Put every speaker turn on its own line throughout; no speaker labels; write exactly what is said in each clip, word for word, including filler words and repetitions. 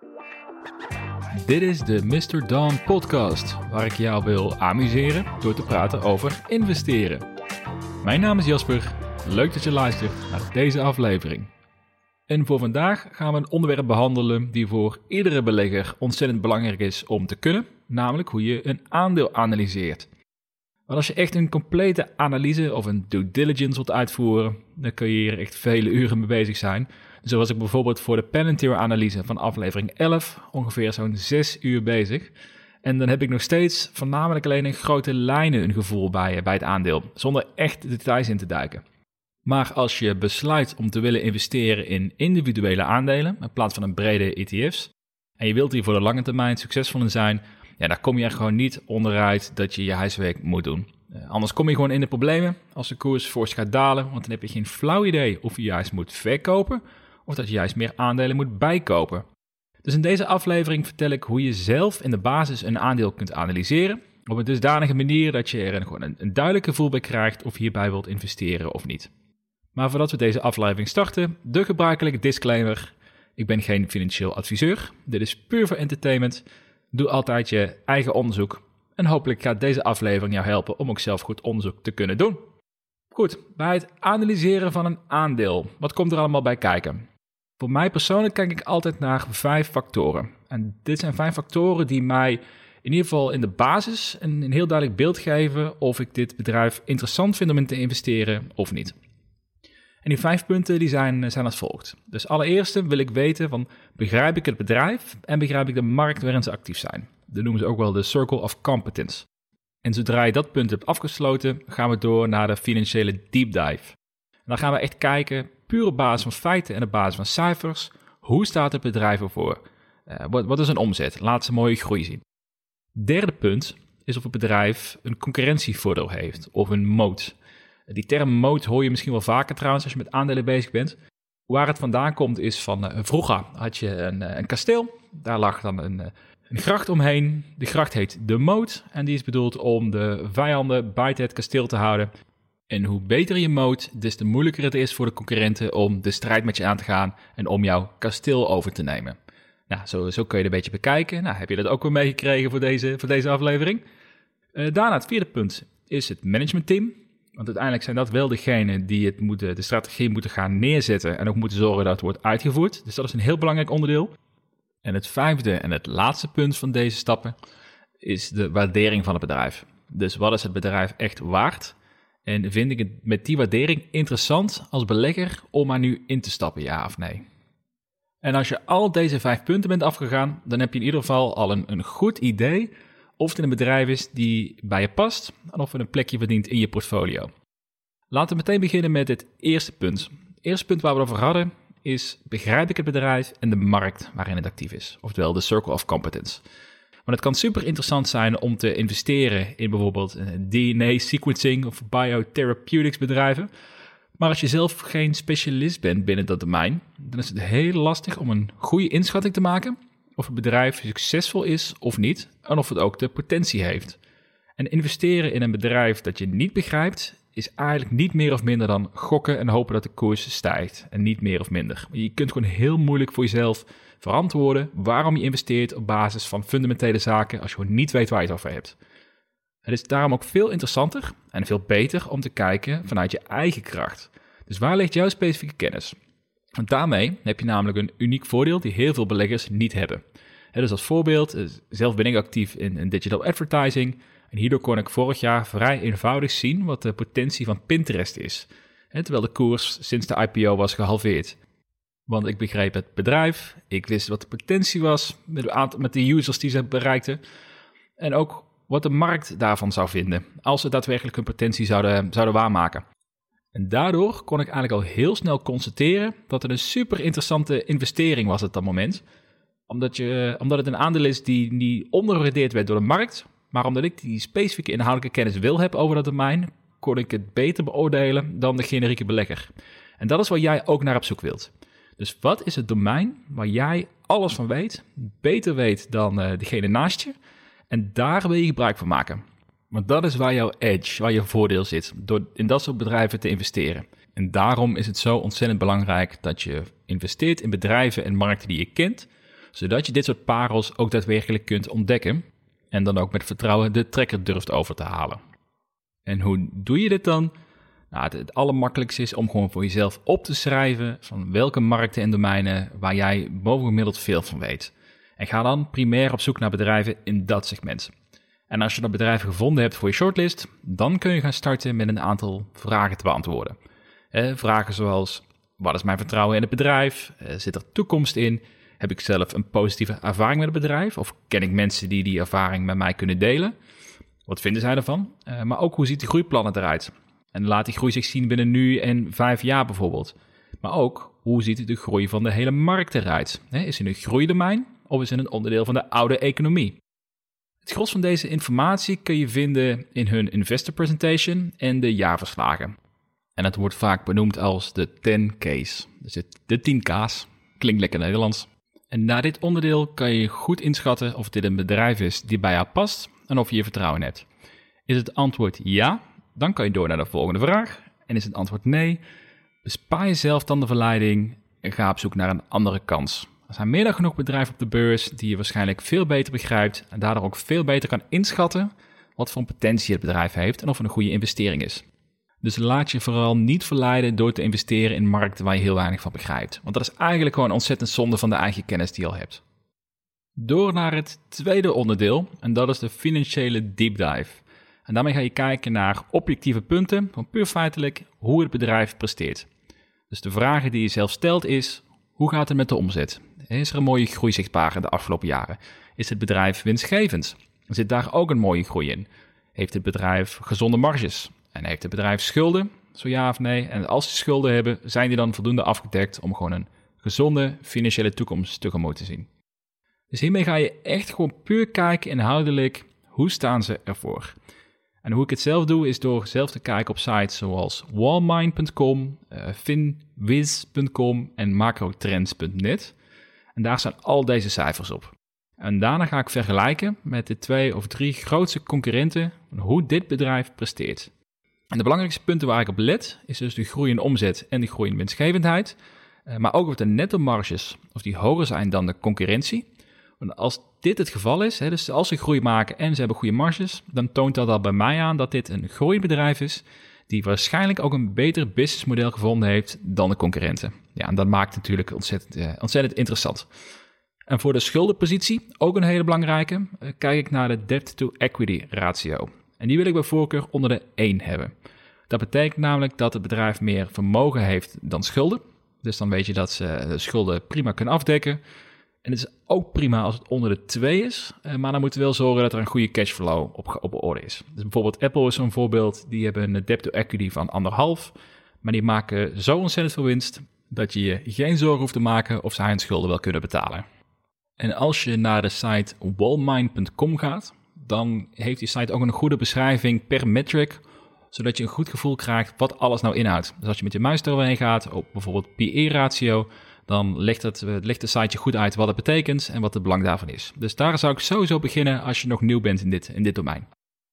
Dit is de mister Dawn podcast, waar ik jou wil amuseren door te praten over investeren. Mijn naam is Jasper, leuk dat je luistert naar deze aflevering. En voor vandaag gaan we een onderwerp behandelen die voor iedere belegger ontzettend belangrijk is om te kunnen, namelijk hoe je een aandeel analyseert. Want als je echt een complete analyse of een due diligence wilt uitvoeren, dan kun je hier echt vele uren mee bezig zijn. Zo was ik bijvoorbeeld voor de Palantir-analyse van aflevering elf ongeveer zo'n zes uur bezig. En dan heb ik nog steeds voornamelijk alleen in grote lijnen een gevoel bij, bij het aandeel, zonder echt de details in te duiken. Maar als je besluit om te willen investeren in individuele aandelen in plaats van een brede E T F's, en je wilt hier voor de lange termijn succesvol in zijn, ja, daar kom je er gewoon niet onderuit dat je je huiswerk moet doen. Uh, anders kom je gewoon in de problemen als de koers fors gaat dalen, want dan heb je geen flauw idee of je juist moet verkopen of dat je juist meer aandelen moet bijkopen. Dus in deze aflevering vertel ik hoe je zelf in de basis een aandeel kunt analyseren, op een dusdanige manier dat je er een, gewoon een, een duidelijk gevoel bij krijgt of je hierbij wilt investeren of niet. Maar voordat we deze aflevering starten, de gebruikelijke disclaimer. Ik ben geen financieel adviseur, dit is puur voor entertainment. Doe altijd je eigen onderzoek en hopelijk gaat deze aflevering jou helpen om ook zelf goed onderzoek te kunnen doen. Goed, bij het analyseren van een aandeel, wat komt er allemaal bij kijken? Voor mij persoonlijk kijk ik altijd naar vijf factoren. En dit zijn vijf factoren die mij in ieder geval in de basis een, een heel duidelijk beeld geven of ik dit bedrijf interessant vind om in te investeren of niet. En die vijf punten die zijn, zijn als volgt. Dus allereerst wil ik weten van, begrijp ik het bedrijf en begrijp ik de markt waarin ze actief zijn. Dat noemen ze ook wel de circle of competence. En zodra je dat punt hebt afgesloten, gaan we door naar de financiële deep dive. En dan gaan we echt kijken, puur op basis van feiten en op basis van cijfers, hoe staat het bedrijf ervoor? Uh, wat, wat is een omzet? Laat ze mooie groei zien. Derde punt is of het bedrijf een concurrentievoordeel heeft of een moat. Die term moat hoor je misschien wel vaker trouwens als je met aandelen bezig bent. Waar het vandaan komt is van uh, vroeger had je een, een kasteel. Daar lag dan een, een gracht omheen. De gracht heet de moat en die is bedoeld om de vijanden buiten het kasteel te houden. En hoe beter je moat, des te moeilijker het is voor de concurrenten om de strijd met je aan te gaan en om jouw kasteel over te nemen. Nou, zo, zo kun je het een beetje bekijken. Nou, heb je dat ook weer meegekregen voor deze, voor deze aflevering? Uh, daarna het vierde punt is het managementteam. Want uiteindelijk zijn dat wel degenen die het moeten, de strategie moeten gaan neerzetten en ook moeten zorgen dat het wordt uitgevoerd. Dus dat is een heel belangrijk onderdeel. En het vijfde en het laatste punt van deze stappen is de waardering van het bedrijf. Dus wat is het bedrijf echt waard? En vind ik het met die waardering interessant als belegger om er nu in te stappen, ja of nee? En als je al deze vijf punten bent afgegaan, dan heb je in ieder geval al een, een goed idee of het een bedrijf is die bij je past en of het een plekje verdient in je portfolio. Laten we meteen beginnen met het eerste punt. Het eerste punt waar we het over hadden is, begrijp ik het bedrijf en de markt waarin het actief is? Oftewel de circle of competence. Want het kan super interessant zijn om te investeren in bijvoorbeeld D N A sequencing of biotherapeutics bedrijven. Maar als je zelf geen specialist bent binnen dat domein, dan is het heel lastig om een goede inschatting te maken of het bedrijf succesvol is of niet en of het ook de potentie heeft. En investeren in een bedrijf dat je niet begrijpt is eigenlijk niet meer of minder dan gokken en hopen dat de koers stijgt en niet meer of minder. Je kunt gewoon heel moeilijk voor jezelf verantwoorden waarom je investeert op basis van fundamentele zaken als je gewoon niet weet waar je het over hebt. Het is daarom ook veel interessanter en veel beter om te kijken vanuit je eigen kracht. Dus waar ligt jouw specifieke kennis? Want daarmee heb je namelijk een uniek voordeel die heel veel beleggers niet hebben. He, dus als voorbeeld, zelf ben ik actief in, in digital advertising en hierdoor kon ik vorig jaar vrij eenvoudig zien wat de potentie van Pinterest is. He, terwijl de koers sinds de I P O was gehalveerd. Want ik begreep het bedrijf, ik wist wat de potentie was met, het aantal, met de users die ze bereikten en ook wat de markt daarvan zou vinden als ze daadwerkelijk hun potentie zouden, zouden waarmaken. En daardoor kon ik eigenlijk al heel snel constateren dat het een super interessante investering was op dat moment. Omdat, je, omdat het een aandeel is die niet ondergewaardeerd werd door de markt, maar omdat ik die specifieke inhoudelijke kennis wil hebben over dat domein, kon ik het beter beoordelen dan de generieke belegger. En dat is waar jij ook naar op zoek wilt. Dus wat is het domein waar jij alles van weet, beter weet dan uh, degene naast je, en daar wil je gebruik van maken. Want dat is waar jouw edge, waar je voordeel zit, door in dat soort bedrijven te investeren. En daarom is het zo ontzettend belangrijk dat je investeert in bedrijven en markten die je kent, zodat je dit soort parels ook daadwerkelijk kunt ontdekken en dan ook met vertrouwen de trekker durft over te halen. En hoe doe je dit dan? Nou, het, het allermakkelijkste is om gewoon voor jezelf op te schrijven van welke markten en domeinen waar jij bovengemiddeld veel van weet. En ga dan primair op zoek naar bedrijven in dat segment. En als je dat bedrijf gevonden hebt voor je shortlist, dan kun je gaan starten met een aantal vragen te beantwoorden. Eh, vragen zoals, wat is mijn vertrouwen in het bedrijf? Eh, zit er toekomst in? Heb ik zelf een positieve ervaring met het bedrijf? Of ken ik mensen die die ervaring met mij kunnen delen? Wat vinden zij ervan? Uh, maar ook, hoe ziet de groeiplannen eruit? En laat die groei zich zien binnen nu en vijf jaar bijvoorbeeld. Maar ook, hoe ziet de groei van de hele markt eruit? He, is het een groeidomein of is het een onderdeel van de oude economie? Het gros van deze informatie kun je vinden in hun investor presentation en de jaarverslagen. En het wordt vaak benoemd als de tien K's. Dus de tien K's. Klinkt lekker Nederlands. En na dit onderdeel kan je goed inschatten of dit een bedrijf is die bij jou past en of je je vertrouwen hebt. Is het antwoord ja, dan kan je door naar de volgende vraag. En is het antwoord nee, bespaar jezelf dan de verleiding en ga op zoek naar een andere kans. Er zijn meer dan genoeg bedrijven op de beurs die je waarschijnlijk veel beter begrijpt en daardoor ook veel beter kan inschatten wat voor potentie het bedrijf heeft en of het een goede investering is. Dus laat je vooral niet verleiden door te investeren in markten waar je heel weinig van begrijpt. Want dat is eigenlijk gewoon ontzettend zonde van de eigen kennis die je al hebt. Door naar het tweede onderdeel, en dat is de financiële deep dive. En daarmee ga je kijken naar objectieve punten, van puur feitelijk hoe het bedrijf presteert. Dus de vragen die je zelf stelt is, hoe gaat het met de omzet? Is er een mooie groei zichtbaar in de afgelopen jaren? Is het bedrijf winstgevend? Zit daar ook een mooie groei in? Heeft het bedrijf gezonde marges? En heeft het bedrijf schulden? Zo ja of nee? En als ze schulden hebben, zijn die dan voldoende afgedekt om gewoon een gezonde financiële toekomst tegemoet te zien? Dus hiermee ga je echt gewoon puur kijken inhoudelijk, hoe staan ze ervoor? En hoe ik het zelf doe, is door zelf te kijken op sites zoals wallmind punt com, uh, finwiz punt com en macrotrends punt net. En daar staan al deze cijfers op. En daarna ga ik vergelijken met de twee of drie grootste concurrenten van hoe dit bedrijf presteert. En de belangrijkste punten waar ik op let, is dus de groei in omzet en de groei in winstgevendheid. Uh, maar ook of de netto marges, of die hoger zijn dan de concurrentie. Want als dit het geval is, hè, dus als ze groei maken en ze hebben goede marges, dan toont dat al bij mij aan dat dit een groeibedrijf is die waarschijnlijk ook een beter businessmodel gevonden heeft dan de concurrenten. Ja, en dat maakt het natuurlijk ontzettend, uh, ontzettend interessant. En voor de schuldenpositie, ook een hele belangrijke, uh, kijk ik naar de debt-to-equity ratio. En die wil ik bij voorkeur onder de één hebben. Dat betekent namelijk dat het bedrijf meer vermogen heeft dan schulden. Dus dan weet je dat ze de schulden prima kunnen afdekken. En het is ook prima als het onder de twee is, maar dan moeten we wel zorgen dat er een goede cashflow op, op orde is. Dus bijvoorbeeld Apple is zo'n voorbeeld, die hebben een debt-to-equity van anderhalf, maar die maken zo ontzettend veel winst dat je je geen zorgen hoeft te maken of zij hun schulden wel kunnen betalen. En als je naar de site wallmind punt com gaat, dan heeft die site ook een goede beschrijving per metric, zodat je een goed gevoel krijgt wat alles nou inhoudt. Dus als je met je muis eroverheen gaat, op bijvoorbeeld P E-ratio, dan legt, het, legt de site je goed uit wat het betekent en wat het belang daarvan is. Dus daar zou ik sowieso beginnen als je nog nieuw bent in dit, in dit domein.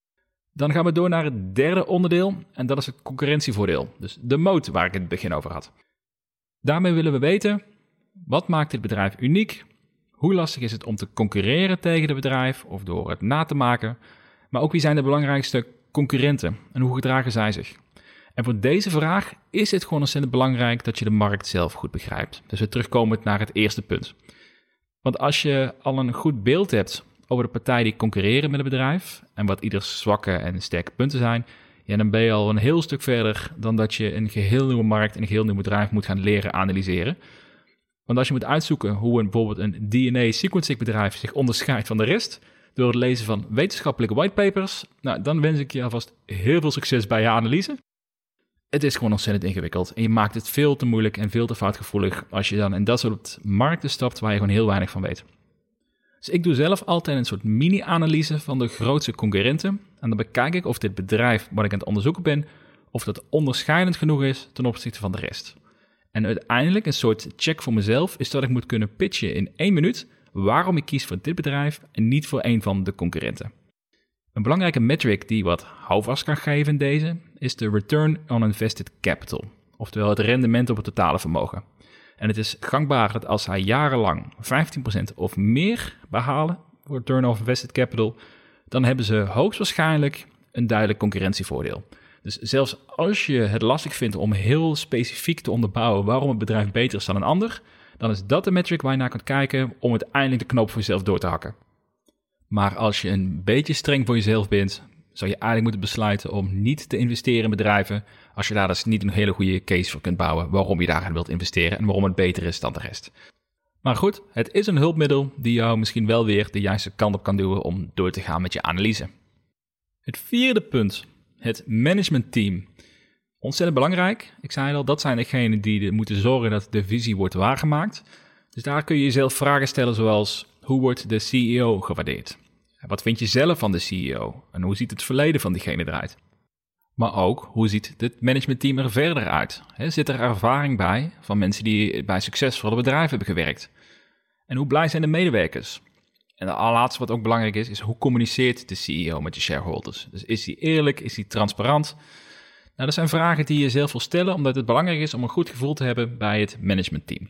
Dan gaan we door naar het derde onderdeel en dat is het concurrentievoordeel. Dus de moat waar ik het begin over had. Daarmee willen we weten, wat maakt dit bedrijf uniek? Hoe lastig is het om te concurreren tegen het bedrijf of door het na te maken? Maar ook wie zijn de belangrijkste concurrenten en hoe gedragen zij zich? En voor deze vraag is het gewoon ontzettend belangrijk dat je de markt zelf goed begrijpt. Dus we terugkomen naar het eerste punt. Want als je al een goed beeld hebt over de partijen die concurreren met het bedrijf en wat ieders zwakke en sterke punten zijn, ja, dan ben je al een heel stuk verder dan dat je een geheel nieuwe markt en een geheel nieuw bedrijf moet gaan leren analyseren. Want als je moet uitzoeken hoe een, bijvoorbeeld een D N A sequencing bedrijf zich onderscheidt van de rest door het lezen van wetenschappelijke whitepapers, nou, dan wens ik je alvast heel veel succes bij je analyse. Het is gewoon ontzettend ingewikkeld en je maakt het veel te moeilijk en veel te foutgevoelig als je dan in dat soort markten stapt waar je gewoon heel weinig van weet. Dus ik doe zelf altijd een soort mini-analyse van de grootste concurrenten en dan bekijk ik of dit bedrijf wat ik aan het onderzoeken ben, of dat onderscheidend genoeg is ten opzichte van de rest. En uiteindelijk een soort check voor mezelf is dat ik moet kunnen pitchen in één minuut waarom ik kies voor dit bedrijf en niet voor een van de concurrenten. Een belangrijke metric die wat houvast kan geven in deze is de return on invested capital, oftewel het rendement op het totale vermogen. En het is gangbaar dat als zij jarenlang vijftien procent of meer behalen voor return of invested capital, dan hebben ze hoogstwaarschijnlijk een duidelijk concurrentievoordeel. Dus zelfs als je het lastig vindt om heel specifiek te onderbouwen waarom het bedrijf beter is dan een ander, dan is dat de metric waar je naar kunt kijken om uiteindelijk de knoop voor jezelf door te hakken. Maar als je een beetje streng voor jezelf bent, zou je eigenlijk moeten besluiten om niet te investeren in bedrijven als je daar dus niet een hele goede case voor kunt bouwen waarom je daarin wilt investeren en waarom het beter is dan de rest. Maar goed, het is een hulpmiddel die jou misschien wel weer de juiste kant op kan duwen om door te gaan met je analyse. Het vierde punt, het managementteam. Ontzettend belangrijk. Ik zei al, dat zijn degenen die moeten zorgen dat de visie wordt waargemaakt. Dus daar kun je jezelf vragen stellen zoals, hoe wordt de C E O gewaardeerd? Wat vind je zelf van de C E O? En hoe ziet het verleden van diegene eruit? Maar ook, hoe ziet het managementteam er verder uit? He, zit er ervaring bij van mensen die bij succesvolle bedrijven hebben gewerkt? En hoe blij zijn de medewerkers? En de allerlaatste wat ook belangrijk is, is hoe communiceert de C E O met de shareholders? Dus is hij eerlijk? Is hij transparant? Nou, dat zijn vragen die je zelf wil stellen, omdat het belangrijk is om een goed gevoel te hebben bij het managementteam.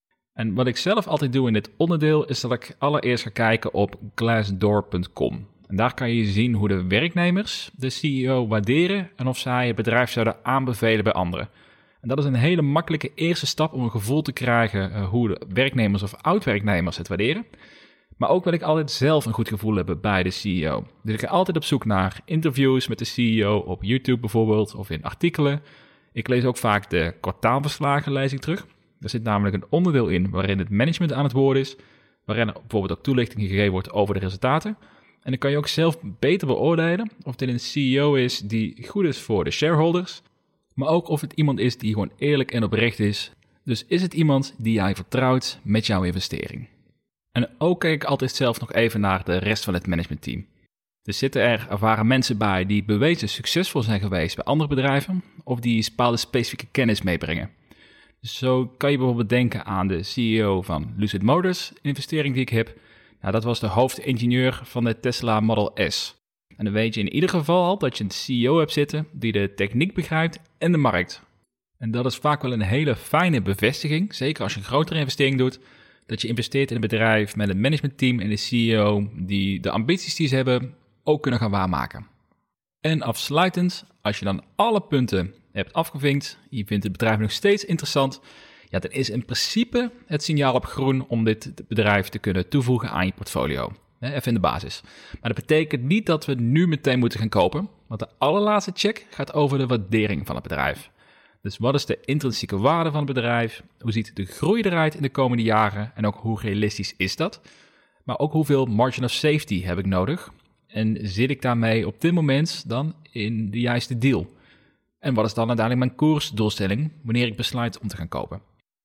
En wat ik zelf altijd doe in dit onderdeel, is dat ik allereerst ga kijken op glassdoor punt com. En daar kan je zien hoe de werknemers de C E O waarderen en of zij het bedrijf zouden aanbevelen bij anderen. En dat is een hele makkelijke eerste stap om een gevoel te krijgen uh, hoe de werknemers of oud-werknemers het waarderen. Maar ook wil ik altijd zelf een goed gevoel hebben bij de C E O. Dus ik ga altijd op zoek naar interviews met de C E O op YouTube bijvoorbeeld of in artikelen. Ik lees ook vaak de kwartaalverslagen lees ik terug. Er zit namelijk een onderdeel in waarin het management aan het woord is, waarin er bijvoorbeeld ook toelichting gegeven wordt over de resultaten. En dan kan je ook zelf beter beoordelen of dit een C E O is die goed is voor de shareholders, maar ook of het iemand is die gewoon eerlijk en oprecht is. Dus is het iemand die jij vertrouwt met jouw investering? En ook kijk ik altijd zelf nog even naar de rest van het managementteam. Er zitten er ervaren mensen bij die bewezen succesvol zijn geweest bij andere bedrijven of die bepaalde specifieke kennis meebrengen. Dus zo kan je bijvoorbeeld denken aan de C E O van Lucid Motors, een investering die ik heb. Nou, dat was de hoofdingenieur van de Tesla Model S. En dan weet je in ieder geval al dat je een C E O hebt zitten die de techniek begrijpt en de markt. En dat is vaak wel een hele fijne bevestiging, zeker als je een grotere investering doet, dat je investeert in een bedrijf met een managementteam en een C E O die de ambities die ze hebben ook kunnen gaan waarmaken. En afsluitend, als je dan alle punten hebt afgevinkt, je vindt het bedrijf nog steeds interessant, ja, dan is in principe het signaal op groen om dit bedrijf te kunnen toevoegen aan je portfolio. Even in de basis. Maar dat betekent niet dat we nu meteen moeten gaan kopen, want de allerlaatste check gaat over de waardering van het bedrijf. Dus wat is de intrinsieke waarde van het bedrijf? Hoe ziet de groei eruit in de komende jaren? En ook hoe realistisch is dat? Maar ook hoeveel margin of safety heb ik nodig? En zit ik daarmee op dit moment dan in de juiste deal? En wat is dan uiteindelijk mijn koersdoelstelling wanneer ik besluit om te gaan kopen?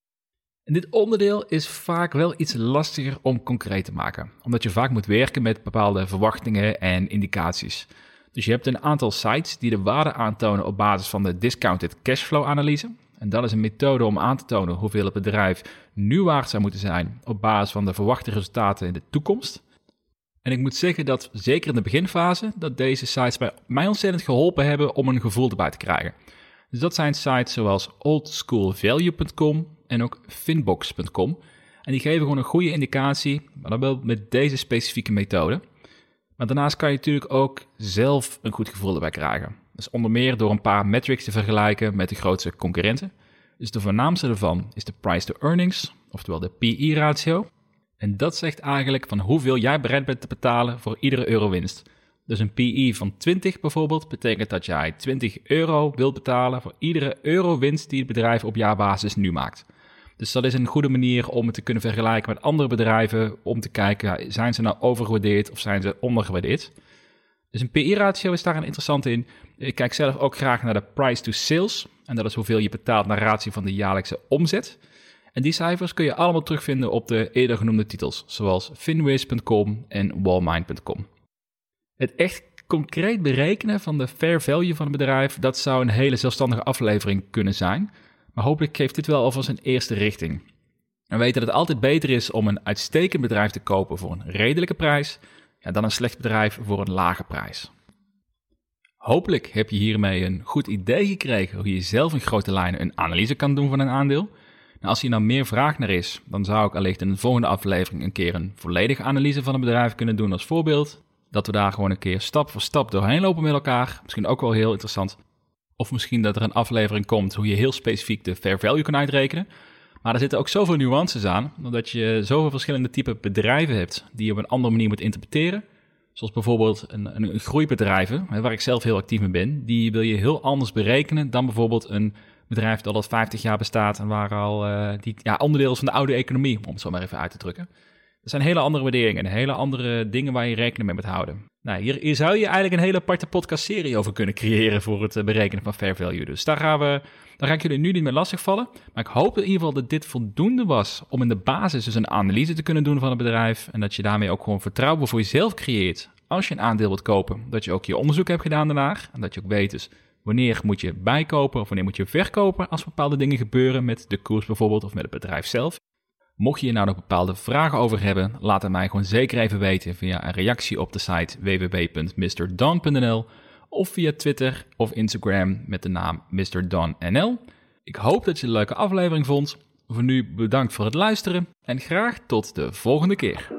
En dit onderdeel is vaak wel iets lastiger om concreet te maken, omdat je vaak moet werken met bepaalde verwachtingen en indicaties. Dus je hebt een aantal sites die de waarde aantonen op basis van de discounted cashflow analyse. En dat is een methode om aan te tonen hoeveel het bedrijf nu waard zou moeten zijn op basis van de verwachte resultaten in de toekomst. En ik moet zeggen dat zeker in de beginfase dat deze sites bij mij ontzettend geholpen hebben om een gevoel erbij te krijgen. Dus dat zijn sites zoals oldschoolvalue punt com en ook finbox punt com. En die geven gewoon een goede indicatie, maar dan wel met deze specifieke methode. Maar daarnaast kan je natuurlijk ook zelf een goed gevoel erbij krijgen. Dus onder meer door een paar metrics te vergelijken met de grootste concurrenten. Dus de voornaamste daarvan is de price to earnings, oftewel de P E-ratio. En dat zegt eigenlijk van hoeveel jij bereid bent te betalen voor iedere euro winst. Dus een P E van twintig bijvoorbeeld betekent dat jij twintig euro wilt betalen voor iedere euro winst die het bedrijf op jaarbasis nu maakt. Dus dat is een goede manier om het te kunnen vergelijken met andere bedrijven, om te kijken, zijn ze nou overgewaardeerd of zijn ze ondergewaardeerd? Dus een P E-ratio is daar een interessante in. Ik kijk zelf ook graag naar de price to sales, en dat is hoeveel je betaalt naar ratio van de jaarlijkse omzet. En die cijfers kun je allemaal terugvinden op de eerder genoemde titels, zoals finwiz punt com en wallmind punt com. Het echt concreet berekenen van de fair value van het bedrijf, dat zou een hele zelfstandige aflevering kunnen zijn. Maar hopelijk geeft dit wel alvast een eerste richting. We weten dat het altijd beter is om een uitstekend bedrijf te kopen voor een redelijke prijs, ja, dan een slecht bedrijf voor een lage prijs. Hopelijk heb je hiermee een goed idee gekregen hoe je zelf in grote lijnen een analyse kan doen van een aandeel. Nou, als hier nou meer vraag naar is, dan zou ik allicht in de volgende aflevering een keer een volledige analyse van een bedrijf kunnen doen als voorbeeld. Dat we daar gewoon een keer stap voor stap doorheen lopen met elkaar. Misschien ook wel heel interessant. Of misschien dat er een aflevering komt hoe je heel specifiek de fair value kan uitrekenen. Maar er zitten ook zoveel nuances aan, omdat je zoveel verschillende type bedrijven hebt die je op een andere manier moet interpreteren. Zoals bijvoorbeeld een, een, een groeibedrijven, waar ik zelf heel actief in ben, die wil je heel anders berekenen dan bijvoorbeeld een bedrijf dat al vijftig jaar bestaat en waar al uh, die ja, onderdeel is van de oude economie, om het zo maar even uit te drukken. Er zijn hele andere waarderingen en hele andere dingen waar je rekening mee moet houden. Nou, hier, hier zou je eigenlijk een hele aparte podcastserie over kunnen creëren voor het berekenen van fair value. Dus daar, gaan we, daar ga ik jullie nu niet meer lastigvallen. Maar ik hoop in ieder geval dat dit voldoende was om in de basis dus een analyse te kunnen doen van het bedrijf. En dat je daarmee ook gewoon vertrouwen voor jezelf creëert als je een aandeel wilt kopen. Dat je ook je onderzoek hebt gedaan daarna. En dat je ook weet dus wanneer moet je bijkopen of wanneer moet je verkopen als bepaalde dingen gebeuren met de koers bijvoorbeeld of met het bedrijf zelf. Mocht je hier nou nog bepaalde vragen over hebben, laat het mij gewoon zeker even weten via een reactie op de site w w w punt mister don punt n l of via Twitter of Instagram met de naam mister don n l. Ik hoop dat je een leuke aflevering vond. Voor nu bedankt voor het luisteren en graag tot de volgende keer.